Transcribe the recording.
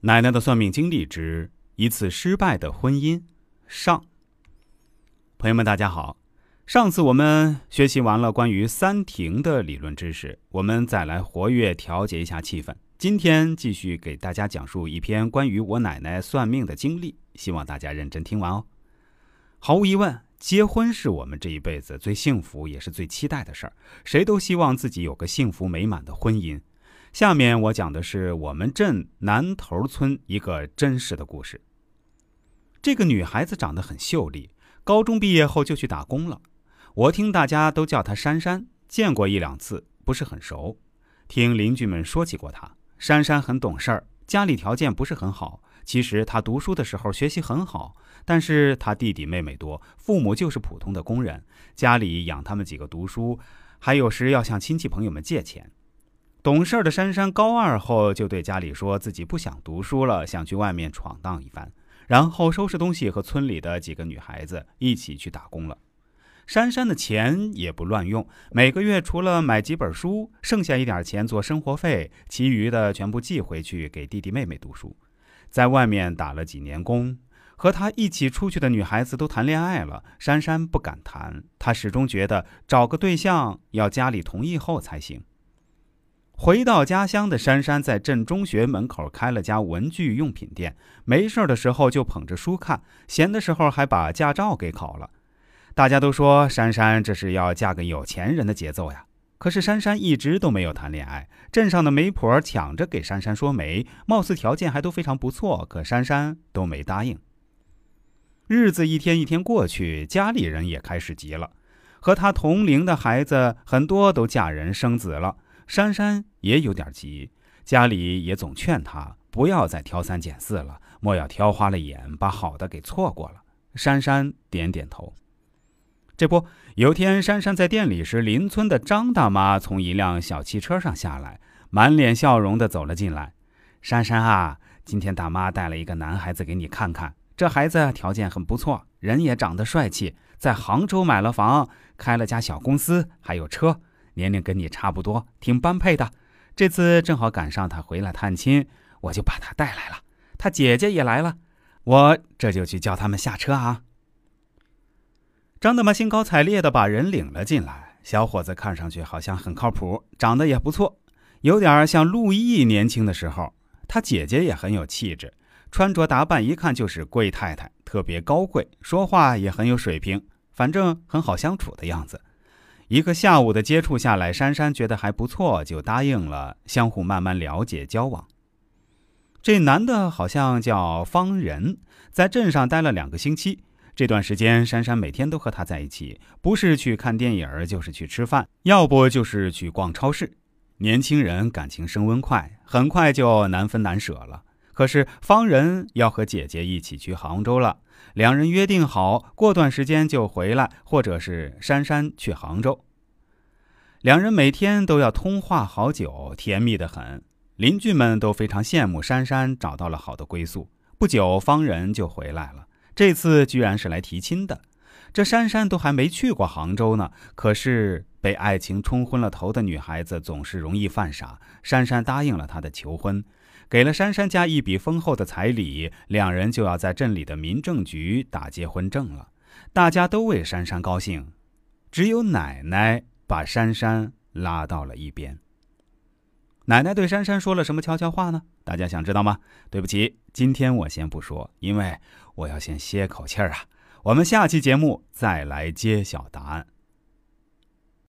奶奶的算命经历之一次失败的婚姻上。朋友们大家好，上次我们学习完了关于三庭的理论知识，我们再来活跃调节一下气氛。今天继续给大家讲述一篇关于我奶奶算命的经历，希望大家认真听完哦。毫无疑问，结婚是我们这一辈子最幸福也是最期待的事儿，谁都希望自己有个幸福美满的婚姻。下面我讲的是我们镇南头村一个真实的故事。这个女孩子长得很秀丽，高中毕业后就去打工了。我听大家都叫她珊珊，见过一两次，不是很熟。听邻居们说起过她，珊珊很懂事儿，家里条件不是很好。其实她读书的时候学习很好，但是她弟弟妹妹多，父母就是普通的工人，家里养他们几个读书，还有时要向亲戚朋友们借钱。懂事的珊珊高二后就对家里说自己不想读书了，想去外面闯荡一番，然后收拾东西和村里的几个女孩子一起去打工了。珊珊的钱也不乱用，每个月除了买几本书，剩下一点钱做生活费，其余的全部寄回去给弟弟妹妹读书。在外面打了几年工，和她一起出去的女孩子都谈恋爱了，珊珊不敢谈，她始终觉得找个对象要家里同意后才行。回到家乡的珊珊在镇中学门口开了家文具用品店，没事的时候就捧着书看，闲的时候还把驾照给考了。大家都说珊珊这是要嫁个有钱人的节奏呀，可是珊珊一直都没有谈恋爱，镇上的媒婆抢着给珊珊说媒，貌似条件还都非常不错，可珊珊都没答应。日子一天一天过去，家里人也开始急了，和她同龄的孩子很多都嫁人生子了。珊珊也有点急，家里也总劝她不要再挑三拣四了，莫要挑花了眼，把好的给错过了。珊珊点点头。这不，有天珊珊在店里时，邻村的张大妈从一辆小汽车上下来，满脸笑容地走了进来。珊珊啊，今天大妈带了一个男孩子给你看看，这孩子条件很不错，人也长得帅气，在杭州买了房，开了家小公司，还有车，年龄跟你差不多，挺般配的。这次正好赶上他回来探亲，我就把他带来了。他姐姐也来了，我这就去叫他们下车啊。张大妈兴高采烈地把人领了进来，小伙子看上去好像很靠谱，长得也不错，有点像陆毅年轻的时候。他姐姐也很有气质，穿着打扮一看就是贵太太，特别高贵，说话也很有水平，反正很好相处的样子。一个下午的接触下来，珊珊觉得还不错，就答应了，相互慢慢了解交往。这男的好像叫方仁，在镇上待了2个星期。这段时间珊珊每天都和他在一起，不是去看电影就是去吃饭，要不就是去逛超市。年轻人感情升温快，很快就难分难舍了。可是方仁要和姐姐一起去杭州了，两人约定好过段时间就回来，或者是珊珊去杭州。两人每天都要通话好久，甜蜜得很。邻居们都非常羡慕珊珊找到了好的归宿。不久方仁就回来了，这次居然是来提亲的。这珊珊都还没去过杭州呢，可是被爱情冲昏了头的女孩子总是容易犯傻。珊珊答应了他的求婚，给了珊珊家一笔丰厚的彩礼，两人就要在镇里的民政局打结婚证了。大家都为珊珊高兴，只有奶奶把珊珊拉到了一边。奶奶对珊珊说了什么悄悄话呢？大家想知道吗？对不起，今天我先不说，因为我要先歇口气儿啊。我们下期节目再来揭晓答案。